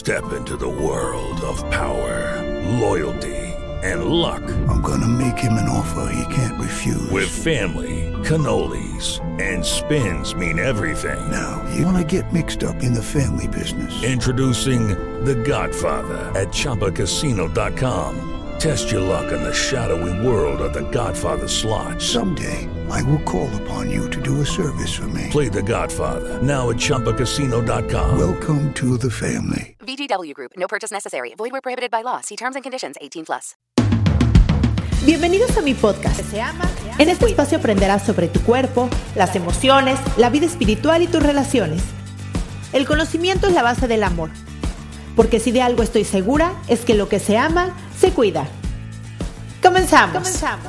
Step into the world of power, loyalty, and luck. I'm gonna make him an offer he can't refuse. With family, cannolis, and spins mean everything. Now, you wanna get mixed up in the family business. Introducing The Godfather at ChumbaCasino.com. Test your luck in the shadowy world of The Godfather slot. Someday, I will call upon you to do a service for me. Play The Godfather now at ChumbaCasino.com. Welcome to the family. VGW Group. No purchase necessary. Void where prohibited by law. See terms and conditions. 18+. Bienvenidos a mi podcast. En este espacio aprenderás sobre tu cuerpo, las emociones, la vida espiritual y tus relaciones. El conocimiento es la base del amor. Porque si de algo estoy segura, es que lo que se ama, se cuida. Comenzamos.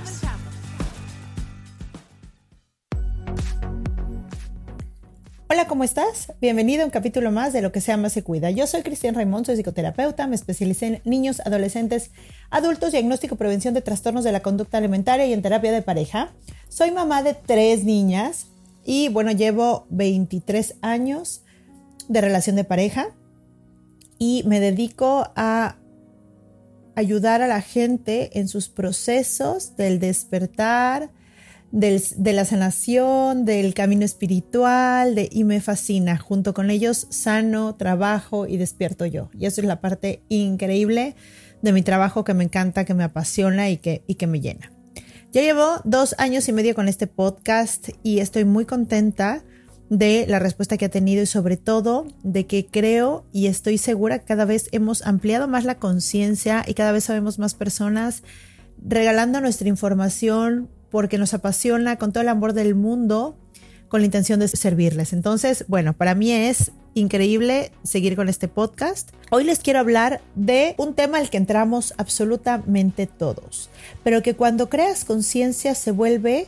Hola, ¿cómo estás? Bienvenido a un capítulo más de Lo que se ama, se cuida. Yo soy Cristian Raimond, soy psicoterapeuta, me especialicé en niños, adolescentes, adultos, diagnóstico y prevención de trastornos de la conducta alimentaria y en terapia de pareja. Soy mamá de 3 niñas y bueno, llevo 23 años de relación de pareja. Y me dedico a ayudar a la gente en sus procesos del despertar, de la sanación, del camino espiritual, y me fascina. Junto con ellos sano, trabajo y despierto yo. Y eso es la parte increíble de mi trabajo que me encanta, que me apasiona y que me llena. Ya llevo 2 años y medio con este podcast y estoy muy contenta de la respuesta que ha tenido y sobre todo de que creo y estoy segura que cada vez hemos ampliado más la conciencia y cada vez sabemos más personas regalando nuestra información porque nos apasiona con todo el amor del mundo con la intención de servirles. Entonces, bueno, para mí es increíble seguir con este podcast. Hoy les quiero hablar de un tema al que entramos absolutamente todos, pero que cuando creas conciencia se vuelve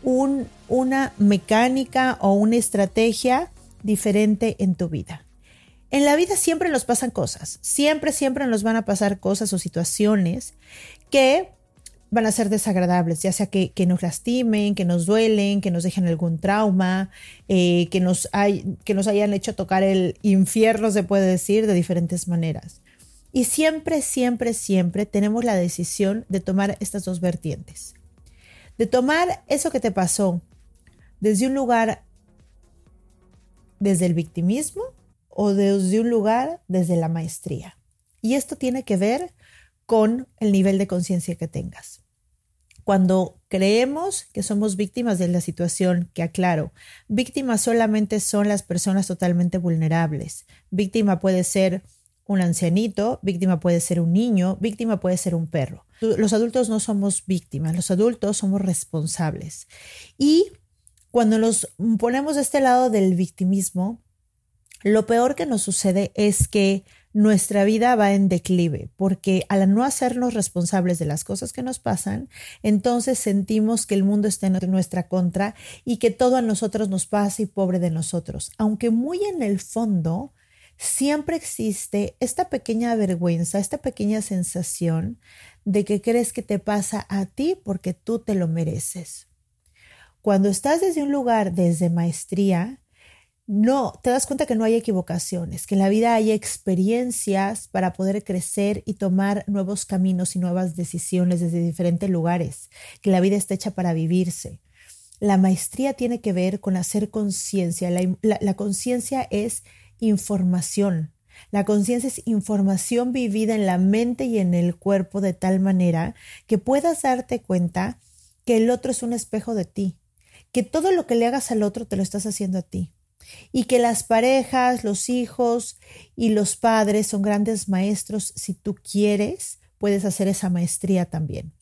una mecánica o una estrategia diferente en tu vida. En la vida siempre nos pasan cosas, siempre nos van a pasar cosas o situaciones que van a ser desagradables, ya sea que nos lastimen, que nos duelen, que nos dejen algún trauma, que nos hayan hecho tocar el infierno, se puede decir, de diferentes maneras. Y siempre tenemos la decisión de tomar estas dos vertientes. De tomar eso que te pasó desde un lugar, desde el victimismo o desde un lugar, desde la maestría. Y esto tiene que ver con el nivel de conciencia que tengas. Cuando creemos que somos víctimas de la situación, que aclaro, víctimas solamente son las personas totalmente vulnerables. Víctima puede ser un ancianito, víctima puede ser un niño, víctima puede ser un perro. Los adultos no somos víctimas, los adultos somos responsables. Y cuando nos ponemos de este lado del victimismo, lo peor que nos sucede es que nuestra vida va en declive, porque al no hacernos responsables de las cosas que nos pasan, entonces sentimos que el mundo está en nuestra contra y que todo a nosotros nos pasa y pobre de nosotros. Aunque muy en el fondo siempre existe esta pequeña vergüenza, esta pequeña sensación de que crees que te pasa a ti porque tú te lo mereces. Cuando estás desde un lugar, desde maestría, no te das cuenta que no hay equivocaciones, que en la vida hay experiencias para poder crecer y tomar nuevos caminos y nuevas decisiones desde diferentes lugares, que la vida está hecha para vivirse. La maestría tiene que ver con hacer conciencia. La conciencia es información. La conciencia es información vivida en la mente y en el cuerpo de tal manera que puedas darte cuenta que el otro es un espejo de ti, que todo lo que le hagas al otro te lo estás haciendo a ti y que las parejas, los hijos y los padres son grandes maestros. Si tú quieres, puedes hacer esa maestría también.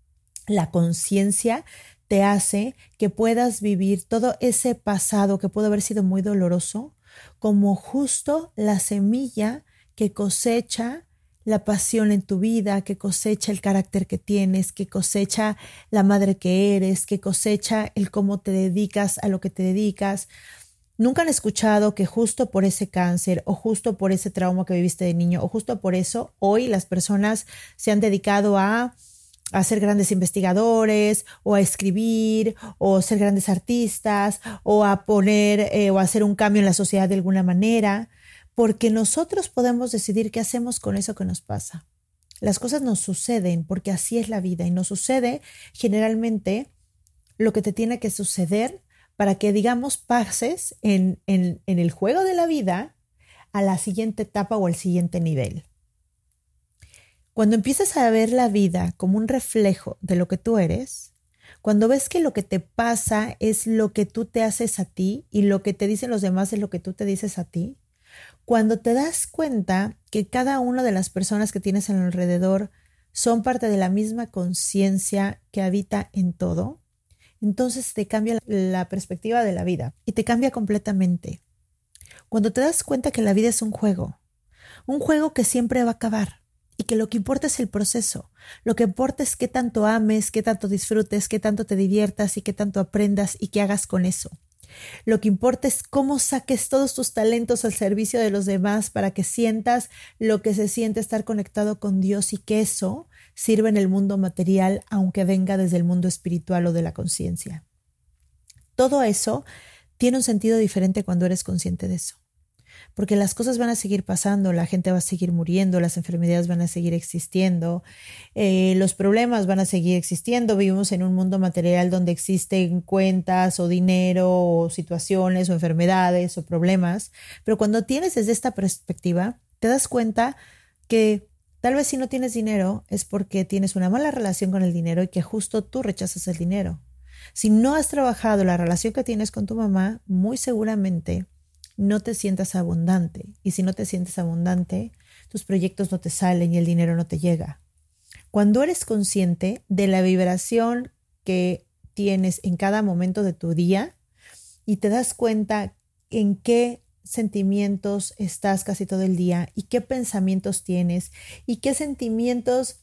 La conciencia te hace que puedas vivir todo ese pasado que pudo haber sido muy doloroso como justo la semilla que cosecha la pasión en tu vida, que cosecha el carácter que tienes, que cosecha la madre que eres, que cosecha el cómo te dedicas a lo que te dedicas. ¿Nunca han escuchado que justo por ese cáncer o justo por ese trauma que viviste de niño o justo por eso hoy las personas se han dedicado a ser grandes investigadores o a escribir o ser grandes artistas o a poner o a hacer un cambio en la sociedad de alguna manera? porque nosotros podemos decidir qué hacemos con eso que nos pasa. Las cosas nos suceden porque así es la vida y nos sucede generalmente lo que te tiene que suceder para que, digamos, pases en el juego de la vida a la siguiente etapa o al siguiente nivel. Cuando empiezas a ver la vida como un reflejo de lo que tú eres, cuando ves que lo que te pasa es lo que tú te haces a ti y lo que te dicen los demás es lo que tú te dices a ti, cuando te das cuenta que cada una de las personas que tienes a alrededor son parte de la misma conciencia que habita en todo, entonces te cambia la perspectiva de la vida y te cambia completamente. Cuando te das cuenta que la vida es un juego que siempre va a acabar y que lo que importa es el proceso, lo que importa es qué tanto ames, qué tanto disfrutes, qué tanto te diviertas y qué tanto aprendas y qué hagas con eso. Lo que importa es cómo saques todos tus talentos al servicio de los demás para que sientas lo que se siente estar conectado con Dios y que eso sirva en el mundo material, aunque venga desde el mundo espiritual o de la conciencia. Todo eso tiene un sentido diferente cuando eres consciente de eso. Porque las cosas van a seguir pasando, la gente va a seguir muriendo, las enfermedades van a seguir existiendo, los problemas van a seguir existiendo. Vivimos en un mundo material donde existen cuentas o dinero o situaciones o enfermedades o problemas, pero cuando tienes desde esta perspectiva, te das cuenta que tal vez si no tienes dinero es porque tienes una mala relación con el dinero y que justo tú rechazas el dinero. Si no has trabajado la relación que tienes con tu mamá, muy seguramente no te sientas abundante. Y si no te sientes abundante, tus proyectos no te salen y el dinero no te llega. Cuando eres consciente de la vibración que tienes en cada momento de tu día y te das cuenta en qué sentimientos estás casi todo el día y qué pensamientos tienes y qué sentimientos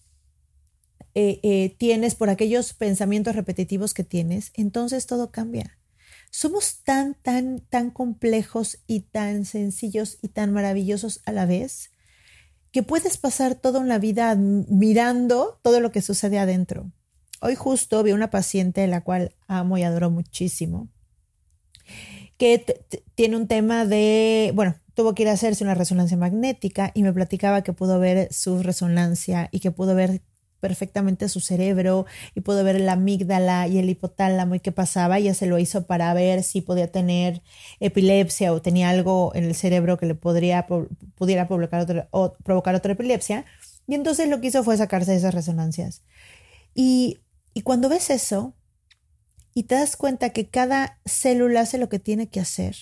tienes por aquellos pensamientos repetitivos que tienes, entonces todo cambia. Somos tan complejos y tan sencillos y tan maravillosos a la vez que puedes pasar toda una vida mirando todo lo que sucede adentro. Hoy justo vi una paciente la cual amo y adoro muchísimo, que tiene un tema de, tuvo que ir a hacerse una resonancia magnética y me platicaba que pudo ver su resonancia y que pudo ver perfectamente su cerebro y pudo ver la amígdala y el hipotálamo y qué pasaba. Ella se lo hizo para ver si podía tener epilepsia o tenía algo en el cerebro que le pudiera provocar otra epilepsia. Y entonces lo que hizo fue sacarse esas resonancias. Y cuando ves eso y te das cuenta que cada célula hace lo que tiene que hacer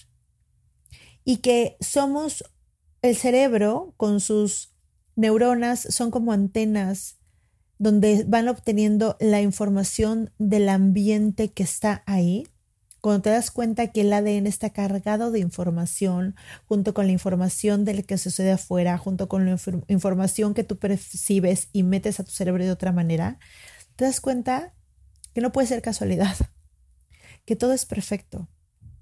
y que somos el cerebro con sus neuronas son como antenas donde van obteniendo la información del ambiente que está ahí, cuando te das cuenta que el ADN está cargado de información, junto con la información de lo que sucede afuera, junto con la información que tú percibes y metes a tu cerebro de otra manera, te das cuenta que no puede ser casualidad, que todo es perfecto.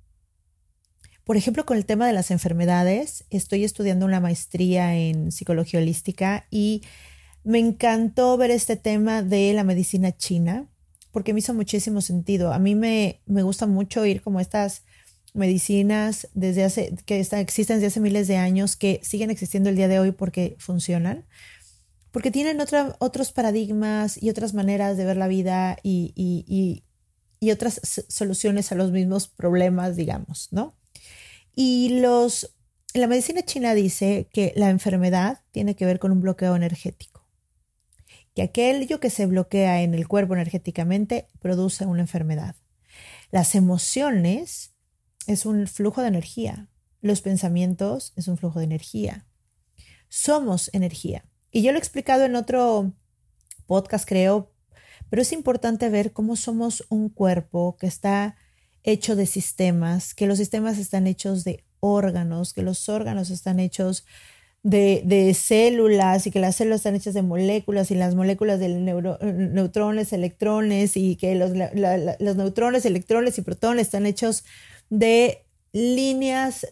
Por ejemplo, con el tema de las enfermedades, estoy estudiando una maestría en psicología holística y me encantó ver este tema de la medicina china porque me hizo muchísimo sentido. A mí me gusta mucho ir como estas medicinas que existen desde hace miles de años, que siguen existiendo el día de hoy porque funcionan, porque tienen otros paradigmas y otras maneras de ver la vida y otras soluciones a los mismos problemas, digamos, ¿no? Y la medicina china dice que la enfermedad tiene que ver con un bloqueo energético. Que aquello que se bloquea en el cuerpo energéticamente produce una enfermedad. Las emociones es un flujo de energía. Los pensamientos es un flujo de energía. Somos energía. Y yo lo he explicado en otro podcast, creo, pero es importante ver cómo somos un cuerpo que está hecho de sistemas, que los sistemas están hechos de órganos, que los órganos están hechos de células y que las células están hechas de moléculas y las moléculas de neutrones, electrones y que los neutrones, electrones y protones están hechos de líneas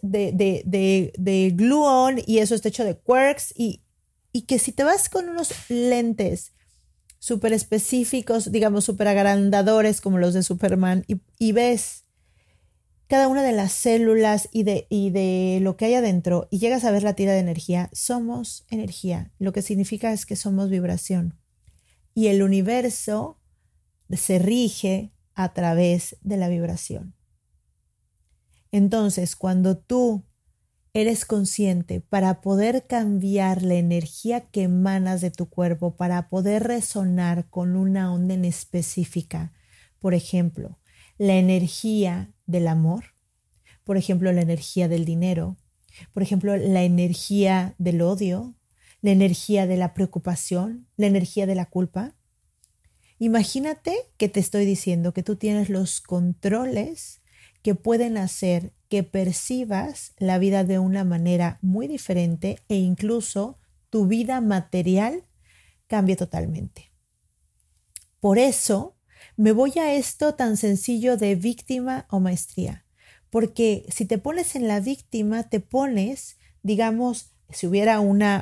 de gluón y eso está hecho de quarks y que si te vas con unos lentes súper específicos, digamos súper agrandadores como los de Superman y ves cada una de las células y de lo que hay adentro y llegas a ver la tira de energía, somos energía. Lo que significa es que somos vibración. Y el universo se rige a través de la vibración. Entonces, cuando tú eres consciente para poder cambiar la energía que emanas de tu cuerpo, para poder resonar con una onda en específica, por ejemplo, la energía del amor, por ejemplo, la energía del dinero, por ejemplo, la energía del odio, la energía de la preocupación, la energía de la culpa. Imagínate que te estoy diciendo que tú tienes los controles que pueden hacer que percibas la vida de una manera muy diferente e incluso tu vida material cambie totalmente. Por eso me voy a esto tan sencillo de víctima o maestría, porque si te pones en la víctima, te pones, digamos, si hubiera una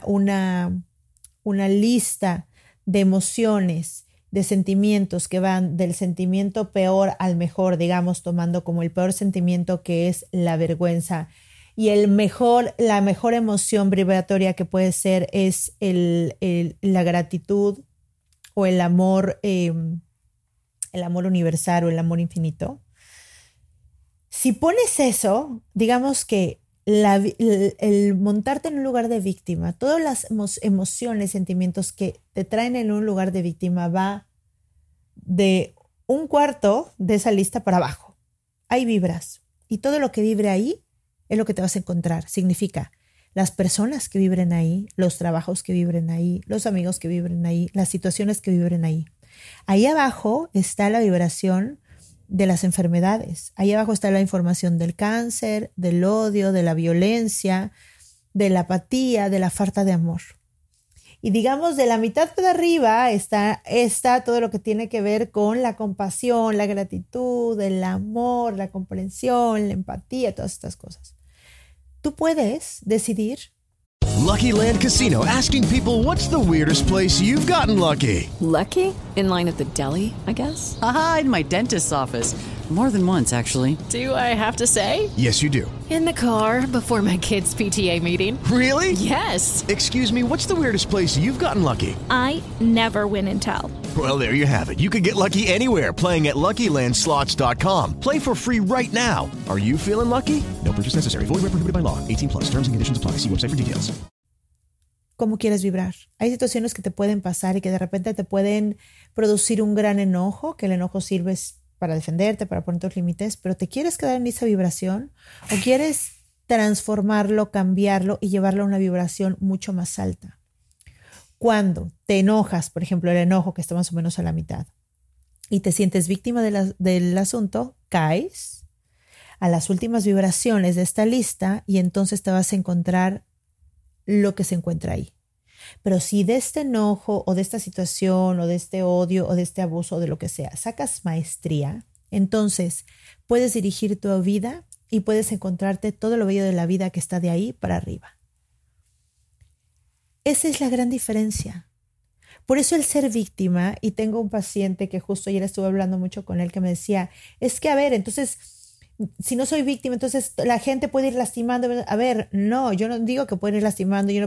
lista de emociones, de sentimientos que van del sentimiento peor al mejor, digamos, tomando como el peor sentimiento que es la vergüenza, y la mejor emoción vibratoria que puede ser es la gratitud o el amor universal o el amor infinito. Si pones eso, digamos que el montarte en un lugar de víctima, todas las emociones, sentimientos que te traen en un lugar de víctima va de un cuarto de esa lista para abajo. Ahí vibras. Y todo lo que vibre ahí es lo que te vas a encontrar. Significa las personas que vibren ahí, los trabajos que vibren ahí, los amigos que vibren ahí, las situaciones que vibren ahí. Ahí abajo está la vibración de las enfermedades. Ahí abajo está la información del cáncer, del odio, de la violencia, de la apatía, de la falta de amor. Y digamos, de la mitad para arriba está todo lo que tiene que ver con la compasión, la gratitud, el amor, la comprensión, la empatía, todas estas cosas. Tú puedes decidir. Lucky Land Casino, asking people, what's the weirdest place you've gotten lucky? Lucky? In line at the deli, I guess? Aha, in my dentist's office. More than once, actually. Do I have to say? Yes, you do. In the car before my kids' PTA meeting. Really? Yes. Excuse me, what's the weirdest place you've gotten lucky? I never win and tell. Well, there you have it. You can get lucky anywhere, playing at LuckyLandSlots.com. Play for free right now. Are you feeling lucky? No purchase necessary. Void where prohibited by law. 18+. Terms and conditions apply. See website for details. ¿Cómo quieres vibrar? Hay situaciones que te pueden pasar y que de repente te pueden producir un gran enojo, que el enojo sirve para defenderte, para poner tus límites, pero ¿te quieres quedar en esa vibración o quieres transformarlo, cambiarlo y llevarlo a una vibración mucho más alta? Cuando te enojas, por ejemplo, el enojo que está más o menos a la mitad, y te sientes víctima del asunto, caes a las últimas vibraciones de esta lista y entonces te vas a encontrar lo que se encuentra ahí. Pero si de este enojo o de esta situación o de este odio o de este abuso o de lo que sea sacas maestría, entonces puedes dirigir tu vida y puedes encontrarte todo lo bello de la vida que está de ahí para arriba. Esa es la gran diferencia. Por eso el ser víctima, y tengo un paciente que justo ayer estuve hablando mucho con él que me decía, es que a ver, entonces si no soy víctima, entonces la gente puede ir lastimando. A ver, no, yo no digo que pueden ir lastimando, yo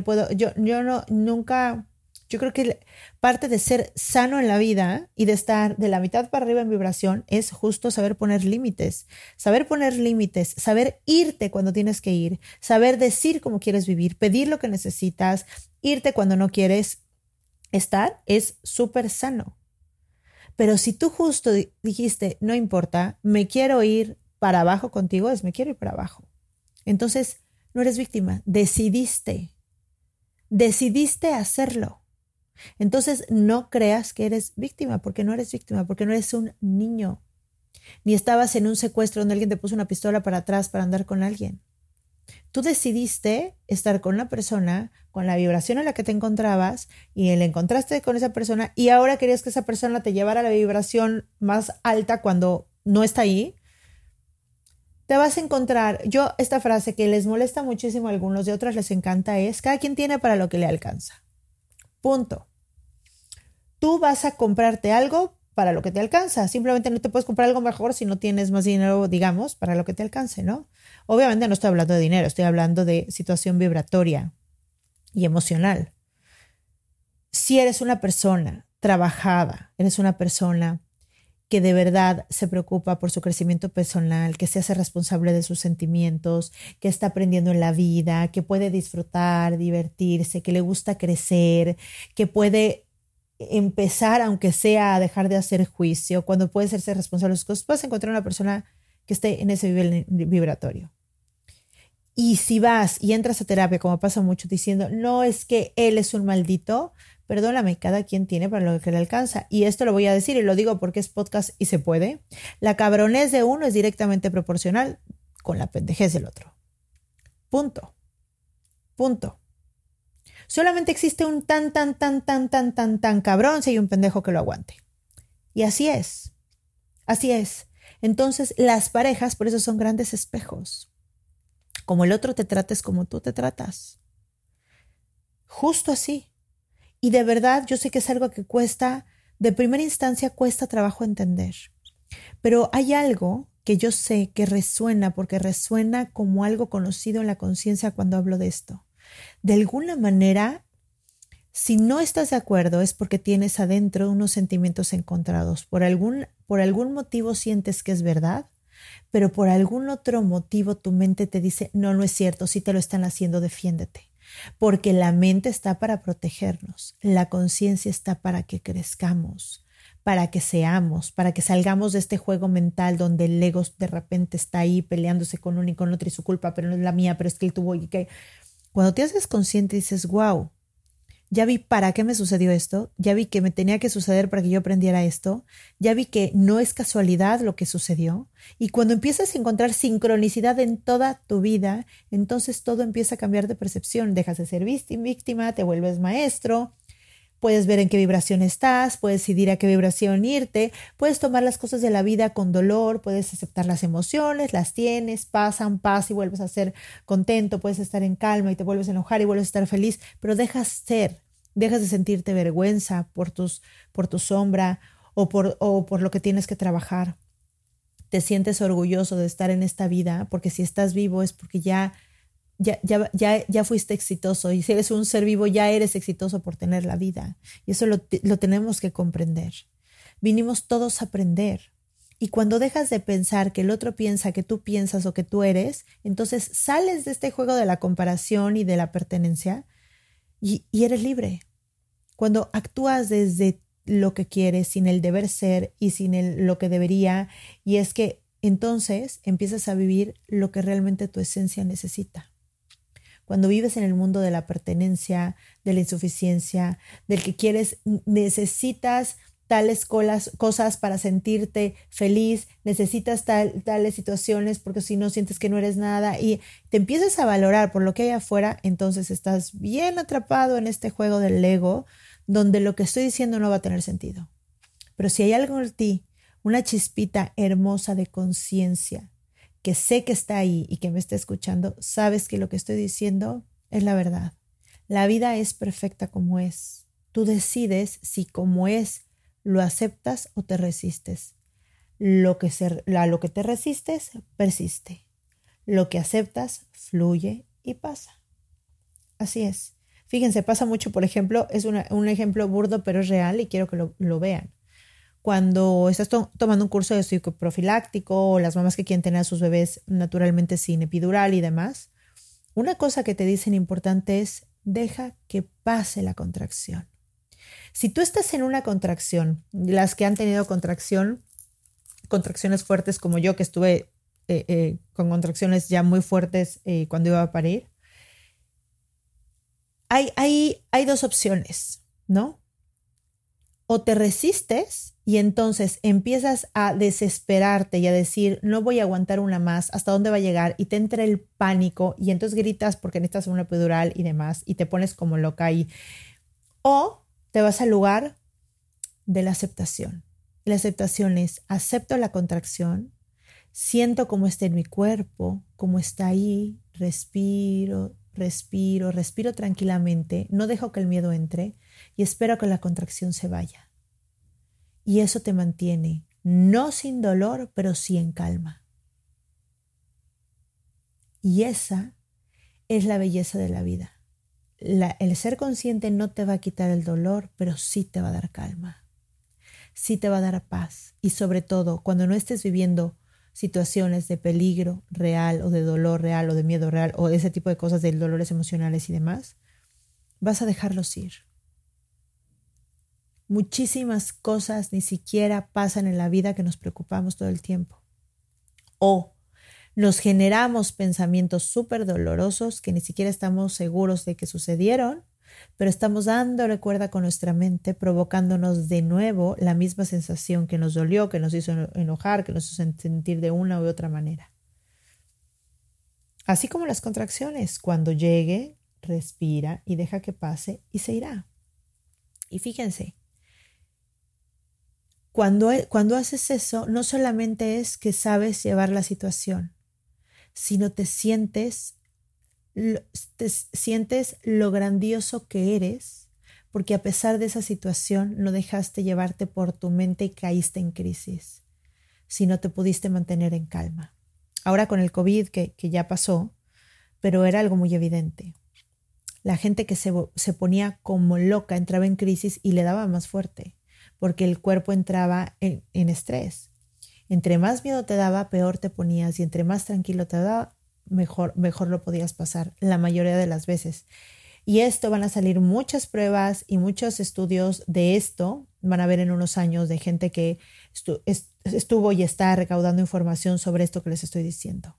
creo que parte de ser sano en la vida y de estar de la mitad para arriba en vibración es justo saber poner límites, saber irte cuando tienes que ir, saber decir cómo quieres vivir, pedir lo que necesitas, irte cuando no quieres estar, es súper sano. Pero si tú justo dijiste, no importa, me quiero ir para abajo contigo, me quiero ir para abajo. Entonces, no eres víctima, decidiste hacerlo. Entonces, no creas que eres víctima, porque no eres víctima, porque no eres un niño. Ni estabas en un secuestro donde alguien te puso una pistola para atrás para andar con alguien. Tú decidiste estar con una persona, con la vibración en la que te encontrabas, y le encontraste con esa persona, y ahora querías que esa persona te llevara a la vibración más alta cuando no está ahí. Te vas a encontrar, esta frase que les molesta muchísimo a algunos, de otras les encanta, es cada quien tiene para lo que le alcanza. Punto. Tú vas a comprarte algo para lo que te alcanza. Simplemente no te puedes comprar algo mejor si no tienes más dinero, digamos, para lo que te alcance, ¿no? Obviamente no estoy hablando de dinero, estoy hablando de situación vibratoria y emocional. Si eres una persona trabajada, eres una persona que de verdad se preocupa por su crecimiento personal, que se hace responsable de sus sentimientos, que está aprendiendo en la vida, que puede disfrutar, divertirse, que le gusta crecer, que puede empezar, aunque sea, a dejar de hacer juicio, cuando puede hacerse responsable de sus cosas, puedes encontrar una persona que esté en ese nivel vibratorio. Y si vas y entras a terapia, como pasa mucho, diciendo, no, es que él es un maldito, perdóname, cada quien tiene para lo que le alcanza. Y esto lo voy a decir y lo digo porque es podcast y se puede. La cabronez de uno es directamente proporcional con la pendejez del otro. Punto. Solamente existe un tan cabrón si hay un pendejo que lo aguante. Y así es. Así es. Entonces, las parejas, por eso son grandes espejos. Como el otro te trata es como tú te tratas. Justo así. Y de verdad, yo sé que es algo que cuesta, de primera instancia cuesta trabajo entender. Pero hay algo que yo sé que resuena, porque resuena como algo conocido en la conciencia cuando hablo de esto. De alguna manera, si no estás de acuerdo es porque tienes adentro unos sentimientos encontrados. Por algún motivo sientes que es verdad, pero por algún otro motivo tu mente te dice, no, no es cierto, si te lo están haciendo, defiéndete. Porque la mente está para protegernos, la conciencia está para que crezcamos, para que seamos, para que salgamos de este juego mental donde el ego de repente está ahí peleándose con uno y con otro y su culpa, pero no es la mía, pero es que él tuvo y que... Cuando te haces consciente dices, wow, ya vi para qué me sucedió esto, ya vi que me tenía que suceder para que yo aprendiera esto, ya vi que no es casualidad lo que sucedió. Y cuando empiezas a encontrar sincronicidad en toda tu vida, entonces todo empieza a cambiar de percepción. Dejas de ser víctima, te vuelves maestro, puedes ver en qué vibración estás, puedes decidir a qué vibración irte, puedes tomar las cosas de la vida con dolor, puedes aceptar las emociones, las tienes, pasan, y vuelves a ser contento, puedes estar en calma y te vuelves a enojar y vuelves a estar feliz, pero dejas de sentirte vergüenza por tu sombra o por lo que tienes que trabajar. Te sientes orgulloso de estar en esta vida, porque si estás vivo es porque ya fuiste exitoso, y si eres un ser vivo ya eres exitoso por tener la vida, y eso lo tenemos que comprender. Vinimos todos a aprender, y cuando dejas de pensar que el otro piensa que tú piensas o que tú eres, entonces sales de este juego de la comparación y de la pertenencia y eres libre. Cuando actúas desde lo que quieres, sin el deber ser y sin lo que debería, y es que entonces empiezas a vivir lo que realmente tu esencia necesita. Cuando vives en el mundo de la pertenencia, de la insuficiencia, del que quieres, necesitas tales cosas para sentirte feliz, necesitas tales situaciones porque si no sientes que no eres nada y te empiezas a valorar por lo que hay afuera, entonces estás bien atrapado en este juego del ego donde lo que estoy diciendo no va a tener sentido. Pero si hay algo en ti, una chispita hermosa de conciencia, que sé que está ahí y que me está escuchando, sabes que lo que estoy diciendo es la verdad. La vida es perfecta como es. Tú decides si como es lo aceptas o te resistes. A lo que te resistes, persiste. Lo que aceptas, fluye y pasa. Así es. Fíjense, pasa mucho, por ejemplo, es un ejemplo burdo, pero es real y quiero que lo vean. Cuando estás tomando un curso de psicoprofiláctico o las mamás que quieren tener a sus bebés naturalmente sin epidural y demás, una cosa que te dicen importante es deja que pase la contracción. Si tú estás en una contracción, las que han tenido contracciones fuertes como yo, que estuve con contracciones ya muy fuertes cuando iba a parir, hay dos opciones, ¿no? O te resistes y entonces empiezas a desesperarte y a decir, no voy a aguantar una más, ¿hasta dónde va a llegar? Y te entra el pánico y entonces gritas porque necesitas una epidural y demás y te pones como loca ahí. O te vas al lugar de la aceptación. La aceptación es, acepto la contracción, siento cómo está en mi cuerpo, cómo está ahí, respiro tranquilamente, no dejo que el miedo entre y espero que la contracción se vaya. Y eso te mantiene, no sin dolor, pero sí en calma. Y esa es la belleza de la vida. El ser consciente no te va a quitar el dolor, pero sí te va a dar calma. Sí te va a dar paz. Y sobre todo, cuando no estés viviendo situaciones de peligro real o de dolor real o de miedo real o ese tipo de cosas, de dolores emocionales y demás, vas a dejarlos ir. Muchísimas cosas ni siquiera pasan en la vida que nos preocupamos todo el tiempo. O nos generamos pensamientos súper dolorosos que ni siquiera estamos seguros de que sucedieron, pero estamos dándole cuerda con nuestra mente, provocándonos de nuevo la misma sensación que nos dolió, que nos hizo enojar, que nos hizo sentir de una u otra manera. Así como las contracciones, cuando llegue, respira y deja que pase y se irá. Y fíjense, cuando haces eso, no solamente es que sabes llevar la situación, sino te sientes lo grandioso que eres, porque a pesar de esa situación no dejaste llevarte por tu mente y caíste en crisis, sino te pudiste mantener en calma. Ahora con el COVID que ya pasó, pero era algo muy evidente. La gente que se ponía como loca entraba en crisis y le daba más fuerte, porque el cuerpo entraba en estrés. Entre más miedo te daba, peor te ponías, y entre más tranquilo te daba, mejor lo podías pasar la mayoría de las veces. Y esto van a salir muchas pruebas y muchos estudios de esto. Van a ver en unos años de gente que estuvo y está recaudando información sobre esto que les estoy diciendo.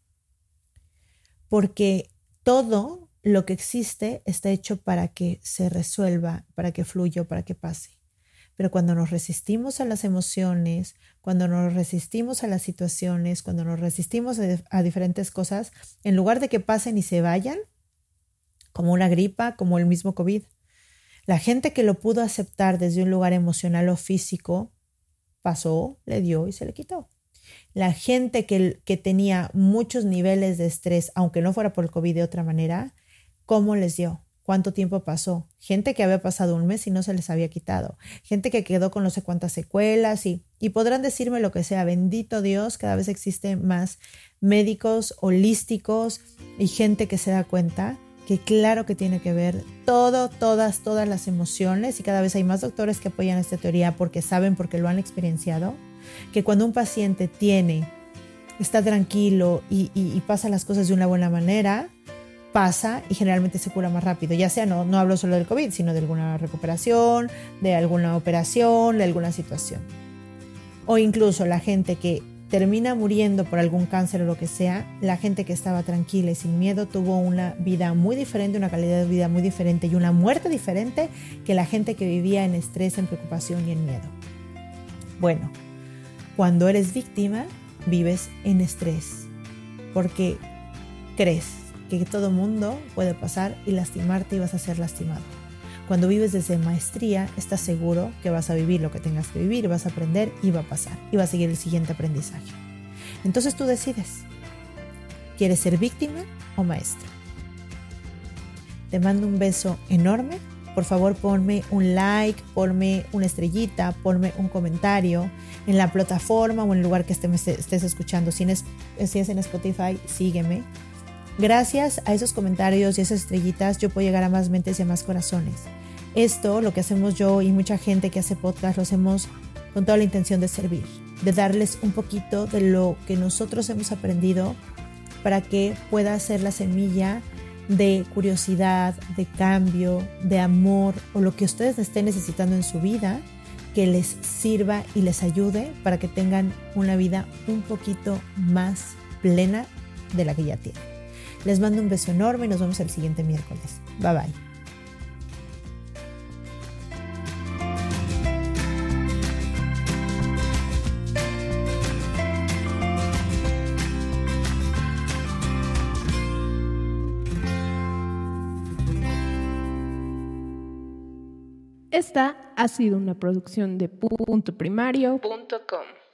Porque todo lo que existe está hecho para que se resuelva, para que fluya, para que pase. Pero cuando nos resistimos a las emociones, cuando nos resistimos a las situaciones, cuando nos resistimos a diferentes cosas, en lugar de que pasen y se vayan, como una gripa, como el mismo COVID, la gente que lo pudo aceptar desde un lugar emocional o físico, pasó, le dio y se le quitó. La gente que tenía muchos niveles de estrés, aunque no fuera por el COVID de otra manera, ¿cómo les dio? ¿Cuánto tiempo pasó? Gente que había pasado un mes y no se les había quitado. Gente que quedó con no sé cuántas secuelas y podrán decirme lo que sea. Bendito Dios, cada vez existen más médicos holísticos y gente que se da cuenta que claro que tiene que ver todas las emociones, y cada vez hay más doctores que apoyan esta teoría porque saben, porque lo han experienciado, que cuando un paciente está tranquilo y pasa las cosas de una buena manera, pasa y generalmente se cura más rápido, ya sea, no hablo solo del COVID, sino de alguna recuperación, de alguna operación, de alguna situación. O incluso la gente que termina muriendo por algún cáncer o lo que sea, la gente que estaba tranquila y sin miedo tuvo una vida muy diferente, una calidad de vida muy diferente y una muerte diferente que la gente que vivía en estrés, en preocupación y en miedo. Bueno, cuando eres víctima, vives en estrés porque crees que todo mundo puede pasar y lastimarte y vas a ser lastimado. Cuando vives desde maestría, estás seguro que vas a vivir lo que tengas que vivir, vas a aprender y va a pasar y va a seguir el siguiente aprendizaje. Entonces tú decides, ¿quieres ser víctima o maestro? Te mando un beso enorme. Por favor, ponme un like, ponme una estrellita, ponme un comentario en la plataforma o en el lugar que estés escuchando. Si es en Spotify, sígueme. Gracias a esos comentarios y esas estrellitas yo puedo llegar a más mentes y a más corazones. Esto, lo que hacemos yo y mucha gente que hace podcast, lo hacemos con toda la intención de servir, de darles un poquito de lo que nosotros hemos aprendido para que pueda ser la semilla de curiosidad, de cambio, de amor o lo que ustedes estén necesitando en su vida, que les sirva y les ayude para que tengan una vida un poquito más plena de la que ya tienen. Les mando un beso enorme y nos vemos el siguiente miércoles. Bye bye. Esta ha sido una producción de puntoprimario.com.